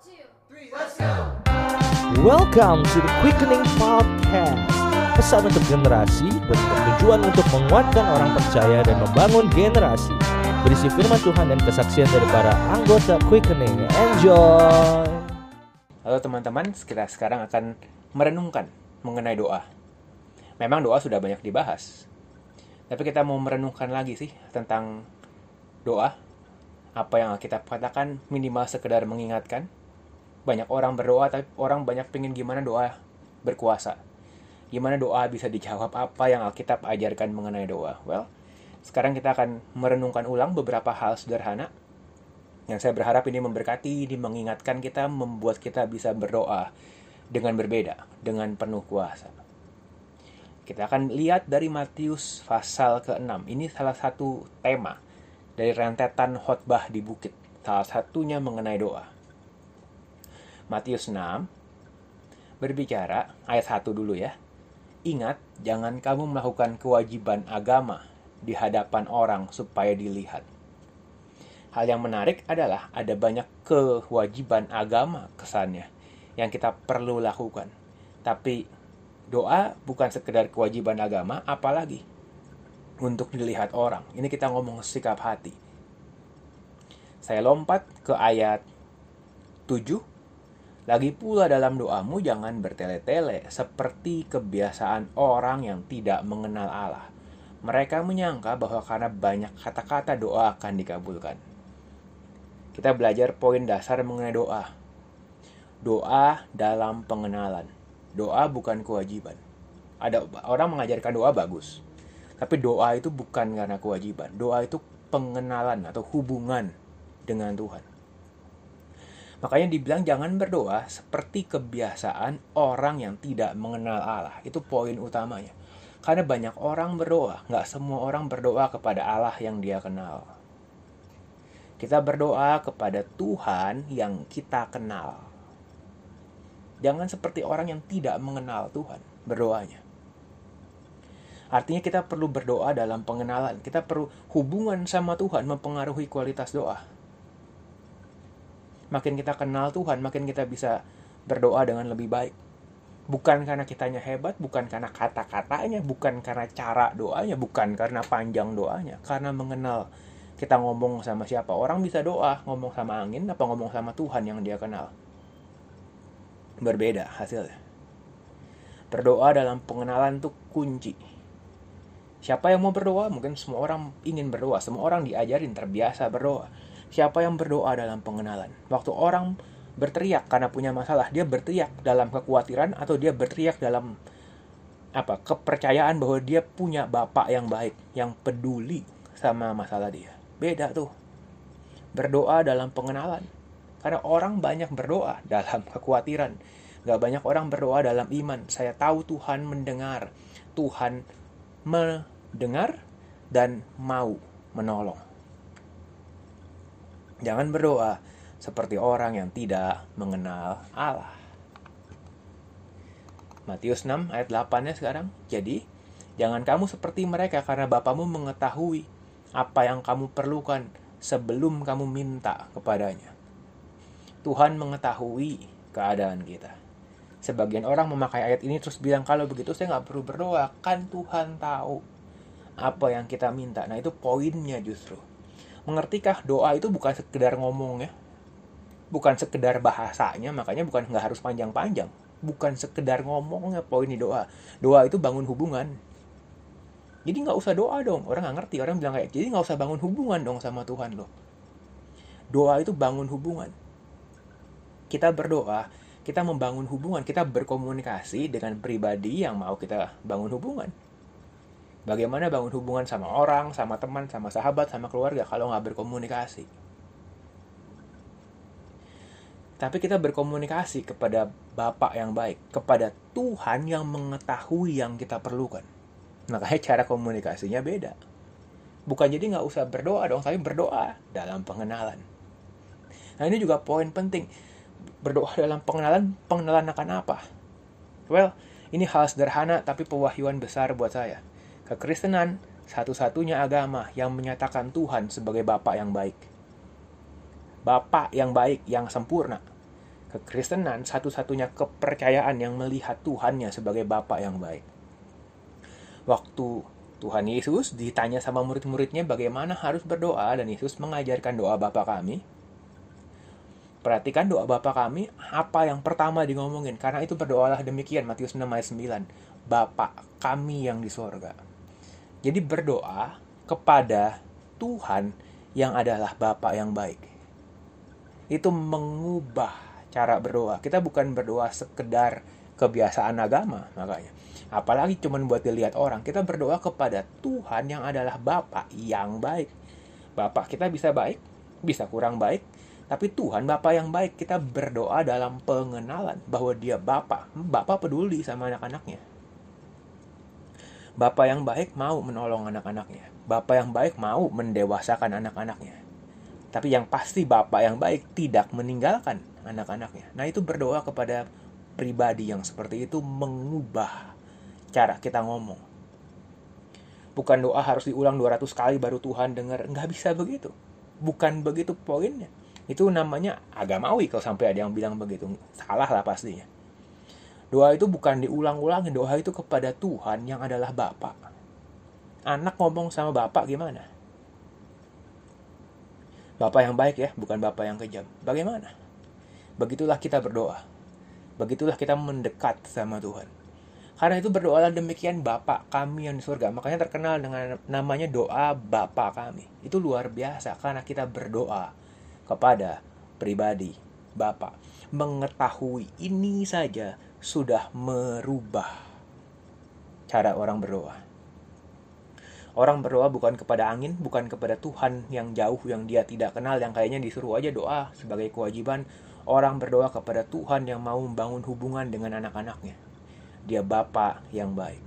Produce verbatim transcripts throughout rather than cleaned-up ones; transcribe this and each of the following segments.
Welcome to the Quickening Podcast. Pesan untuk generasi dan bertujuan untuk menguatkan orang percaya dan membangun generasi. Berisi firman Tuhan dan kesaksian dari para anggota Quickening. Enjoy. Halo teman-teman, kita sekarang akan merenungkan mengenai doa. Memang doa sudah banyak dibahas, tapi kita mau merenungkan lagi sih tentang doa. Apa yang kita katakan minimal sekedar mengingatkan. Banyak orang berdoa, tapi orang banyak pengen gimana doa berkuasa. Gimana doa bisa dijawab, apa yang Alkitab ajarkan mengenai doa. Well, sekarang kita akan merenungkan ulang beberapa hal sederhana. Yang saya berharap ini memberkati, ini mengingatkan kita, membuat kita bisa berdoa dengan berbeda, dengan penuh kuasa. Kita akan lihat dari Matius pasal keenam. Ini salah satu tema dari rentetan khotbah di bukit. Salah satunya mengenai doa. Matius enam berbicara, ayat satu dulu ya. Ingat, jangan kamu melakukan kewajiban agama di hadapan orang supaya dilihat. Hal yang menarik adalah ada banyak kewajiban agama kesannya yang kita perlu lakukan. Tapi doa bukan sekedar kewajiban agama, apalagi untuk dilihat orang. Ini kita ngomong sikap hati. Saya lompat ke ayat tujuh. Lagi pula dalam doamu jangan bertele-tele seperti kebiasaan orang yang tidak mengenal Allah. Mereka menyangka bahwa karena banyak kata-kata doa akan dikabulkan. Kita belajar poin dasar mengenai doa. Doa dalam pengenalan. Doa bukan kewajiban. Ada orang mengajarkan doa bagus. Tapi doa itu bukan karena kewajiban. Doa itu pengenalan atau hubungan dengan Tuhan. Makanya dibilang jangan berdoa seperti kebiasaan orang yang tidak mengenal Allah. Itu poin utamanya. Karena banyak orang berdoa. Nggak semua orang berdoa kepada Allah yang dia kenal. Kita berdoa kepada Tuhan yang kita kenal. Jangan seperti orang yang tidak mengenal Tuhan berdoanya. Artinya kita perlu berdoa dalam pengenalan. Kita perlu hubungan sama Tuhan mempengaruhi kualitas doa. Makin kita kenal Tuhan, makin kita bisa berdoa dengan lebih baik. Bukan karena kitanya hebat, bukan karena kata-katanya, bukan karena cara doanya, bukan karena panjang doanya. Karena mengenal, kita ngomong sama siapa. Orang bisa doa, ngomong sama angin, apa ngomong sama Tuhan yang dia kenal. Berbeda hasilnya. Berdoa dalam pengenalan itu kunci. Siapa yang mau berdoa? Mungkin semua orang ingin berdoa. Semua orang diajarin terbiasa berdoa. Siapa yang berdoa dalam pengenalan? Waktu orang berteriak karena punya masalah, dia berteriak dalam kekhawatiran atau dia berteriak dalam apa? Kepercayaan bahwa dia punya Bapak yang baik, yang peduli sama masalah dia. Beda tuh. Berdoa dalam pengenalan. Karena orang banyak berdoa dalam kekhawatiran. Gak banyak orang berdoa dalam iman. Saya tahu Tuhan mendengar. Tuhan mendengar dan mau menolong. Jangan berdoa seperti orang yang tidak mengenal Allah. Matius enam ayat delapan-nya sekarang. Jadi, jangan kamu seperti mereka karena Bapamu mengetahui apa yang kamu perlukan sebelum kamu minta kepadanya. Tuhan mengetahui keadaan kita. Sebagian orang memakai ayat ini terus bilang, kalau begitu saya nggak perlu berdoa. Kan Tuhan tahu apa yang kita minta. Nah itu poinnya justru. Mengertikah doa itu bukan sekedar ngomong ya. Bukan sekedar bahasanya, makanya bukan nggak harus panjang-panjang. Bukan sekedar ngomongnya poin di doa. Doa itu bangun hubungan. Jadi nggak usah doa dong. Orang nggak ngerti. Orang bilang kayak, jadi nggak usah bangun hubungan dong sama Tuhan loh. Doa itu bangun hubungan. Kita berdoa, kita membangun hubungan. Kita berkomunikasi dengan pribadi yang mau kita bangun hubungan. Bagaimana bangun hubungan sama orang, sama teman, sama sahabat, sama keluarga kalau nggak berkomunikasi? Tapi kita berkomunikasi kepada Bapa yang baik, kepada Tuhan yang mengetahui yang kita perlukan. Makanya cara komunikasinya beda. Bukan jadi nggak usah berdoa dong, tapi berdoa dalam pengenalan. Nah ini juga poin penting. Berdoa dalam pengenalan, pengenalan akan apa? Well, ini hal sederhana tapi pewahyuan besar buat saya. Kekristenan satu-satunya agama yang menyatakan Tuhan sebagai Bapa yang baik. Bapa yang baik, yang sempurna. Kekristenan satu-satunya kepercayaan yang melihat Tuhannya sebagai Bapa yang baik. Waktu Tuhan Yesus ditanya sama murid-muridnya bagaimana harus berdoa, dan Yesus mengajarkan doa Bapa kami. Perhatikan doa Bapa kami, apa yang pertama di ngomongin. Karena itu berdoalah demikian, Matius enam ayat sembilan. Bapa kami yang di sorga. Jadi berdoa kepada Tuhan yang adalah Bapa yang baik. Itu mengubah cara berdoa. Kita bukan berdoa sekedar kebiasaan agama, makanya. Apalagi cuma buat dilihat orang. Kita berdoa kepada Tuhan yang adalah Bapa yang baik. Bapa kita bisa baik, bisa kurang baik, tapi Tuhan Bapa yang baik. Kita berdoa dalam pengenalan bahwa Dia Bapa. Bapa peduli sama anak-anaknya. Bapa yang baik mau menolong anak-anaknya. Bapa yang baik mau mendewasakan anak-anaknya. Tapi yang pasti Bapa yang baik tidak meninggalkan anak-anaknya. Nah, itu berdoa kepada pribadi yang seperti itu mengubah cara kita ngomong. Bukan doa harus diulang dua ratus kali baru Tuhan dengar. Nggak bisa begitu. Bukan begitu poinnya. Itu namanya agamawi kalau sampai ada yang bilang begitu. Salah lah pastinya. Doa itu bukan diulang-ulangin. Doa itu kepada Tuhan yang adalah Bapa. Anak ngomong sama Bapa gimana? Bapa yang baik ya, bukan Bapa yang kejam. Bagaimana? Begitulah kita berdoa. Begitulah kita mendekat sama Tuhan. Karena itu berdoalah demikian Bapa kami yang di surga. Makanya terkenal dengan namanya doa Bapa kami. Itu luar biasa karena kita berdoa kepada pribadi Bapa. Mengetahui ini saja sudah merubah cara orang berdoa. Orang berdoa bukan kepada angin, bukan kepada Tuhan yang jauh, yang dia tidak kenal, yang kayaknya disuruh aja doa sebagai kewajiban. Orang berdoa kepada Tuhan yang mau membangun hubungan dengan anak-anaknya. Dia Bapa yang baik.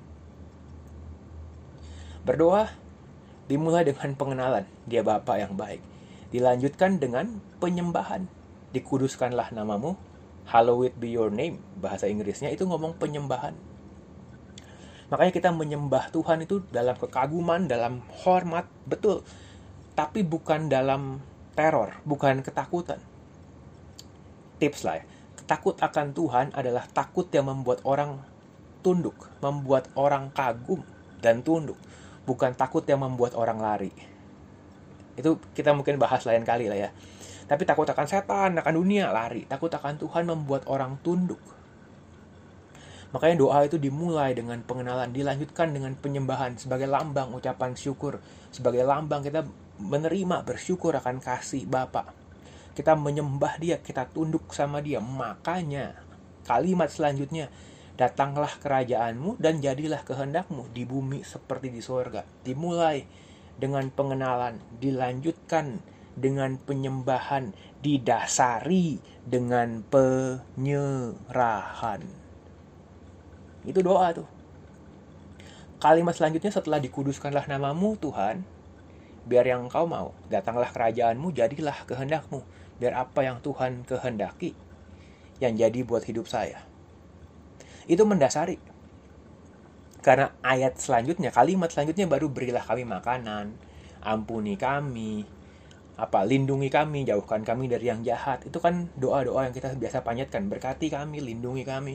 Berdoa dimulai dengan pengenalan, Dia Bapa yang baik. Dilanjutkan dengan penyembahan. Dikuduskanlah namamu, hallowed be your name. Bahasa Inggrisnya itu ngomong penyembahan. Makanya kita menyembah Tuhan itu dalam kekaguman, dalam hormat, betul. Tapi bukan dalam teror, bukan ketakutan. Tips lah ya. Takut akan Tuhan adalah takut yang membuat orang tunduk, membuat orang kagum dan tunduk. Bukan takut yang membuat orang lari. Itu kita mungkin bahas lain kali lah ya. Tapi takut akan setan, akan dunia, lari. Takut akan Tuhan membuat orang tunduk. Makanya doa itu dimulai dengan pengenalan, dilanjutkan dengan penyembahan sebagai lambang ucapan syukur, sebagai lambang kita menerima, bersyukur akan kasih Bapa. Kita menyembah Dia, kita tunduk sama Dia. Makanya kalimat selanjutnya, datanglah kerajaanmu dan jadilah kehendakmu di bumi seperti di surga. Dimulai dengan pengenalan, dilanjutkan dengan penyembahan, didasari dengan penyerahan. Itu doa tuh. Kalimat selanjutnya setelah dikuduskanlah namamu Tuhan, biar yang engkau mau, datanglah kerajaanmu, jadilah kehendakmu. Biar apa yang Tuhan kehendaki, yang jadi buat hidup saya. Itu mendasari. Karena ayat selanjutnya, kalimat selanjutnya baru berilah kami makanan, ampuni kami, apa lindungi kami, jauhkan kami dari yang jahat. Itu kan doa-doa yang kita biasa panjatkan, berkati kami, lindungi kami.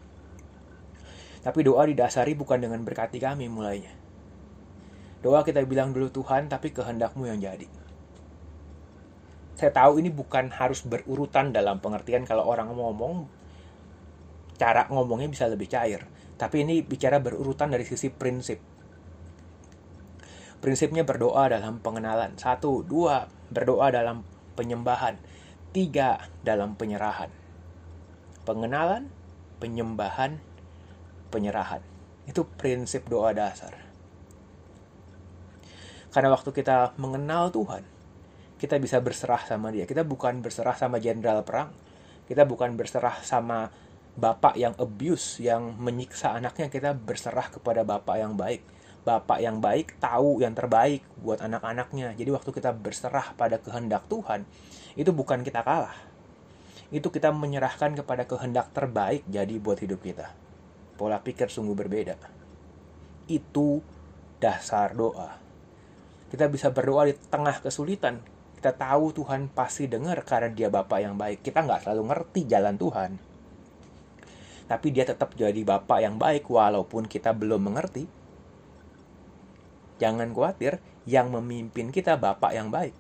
Tapi doa didasari bukan dengan berkati kami mulainya. Doa kita bilang dulu Tuhan, tapi kehendakmu yang jadi. Saya tahu ini bukan harus berurutan dalam pengertian kalau orang ngomong, cara ngomongnya bisa lebih cair. Tapi ini bicara berurutan dari sisi prinsip. Prinsipnya berdoa dalam pengenalan. Satu, dua, berdoa dalam penyembahan. Tiga, dalam penyerahan. Pengenalan, penyembahan, penyerahan. Itu prinsip doa dasar. Karena waktu kita mengenal Tuhan, kita bisa berserah sama Dia. Kita bukan berserah sama jenderal perang. Kita bukan berserah sama bapak yang abuse, yang menyiksa anaknya. Kita berserah kepada bapak yang baik. Bapak yang baik tahu yang terbaik buat anak-anaknya. Jadi waktu kita berserah pada kehendak Tuhan, itu bukan kita kalah. Itu kita menyerahkan kepada kehendak terbaik jadi buat hidup kita. Pola pikir sungguh berbeda. Itu dasar doa. Kita bisa berdoa di tengah kesulitan. Kita tahu Tuhan pasti dengar karena dia Bapa yang baik. Kita nggak selalu ngerti jalan Tuhan, tapi dia tetap jadi Bapa yang baik walaupun kita belum mengerti. Jangan khawatir, yang memimpin kita Bapa yang baik.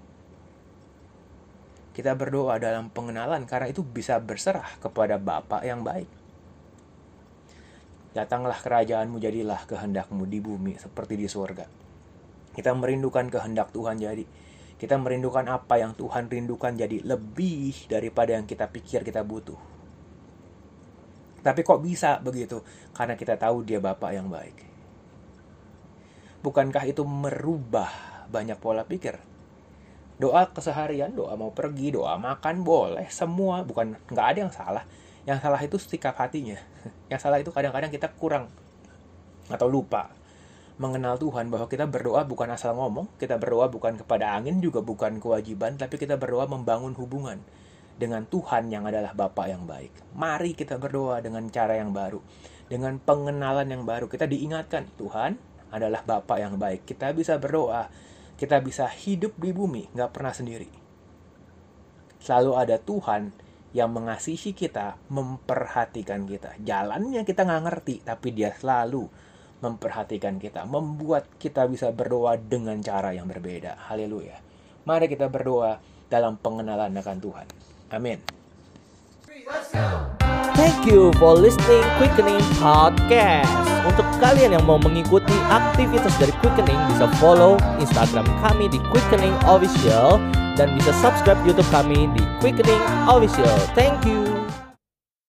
Kita berdoa dalam pengenalan karena itu bisa berserah kepada Bapa yang baik. Datanglah kerajaanmu, jadilah kehendakmu di bumi seperti di surga. Kita merindukan kehendak Tuhan jadi. Kita merindukan apa yang Tuhan rindukan jadi lebih daripada yang kita pikir kita butuh. Tapi kok bisa begitu? Karena kita tahu dia Bapa yang baik. Bukankah itu merubah banyak pola pikir? Doa keseharian, doa mau pergi, doa makan, boleh. Semua, bukan, nggak ada yang salah. Yang salah itu sikap hatinya. Yang salah itu kadang-kadang kita kurang atau lupa mengenal Tuhan, bahwa kita berdoa bukan asal ngomong, kita berdoa bukan kepada angin, juga bukan kewajiban, tapi kita berdoa membangun hubungan dengan Tuhan yang adalah Bapa yang baik. Mari kita berdoa dengan cara yang baru, dengan pengenalan yang baru. Kita diingatkan, Tuhan adalah Bapa yang baik. Kita bisa berdoa, kita bisa hidup di bumi, gak pernah sendiri. Selalu ada Tuhan yang mengasihi kita, memperhatikan kita. Jalannya kita gak ngerti, tapi dia selalu memperhatikan kita, membuat kita bisa berdoa dengan cara yang berbeda. Haleluya. Mari kita berdoa dalam pengenalan akan Tuhan. Amin. Thank you for listening Quickening Podcast. Untuk kalian yang mau mengikuti aktivitas dari Quickening, bisa follow Instagram kami di Quickening Official dan bisa subscribe YouTube kami di Quickening Official. Thank you.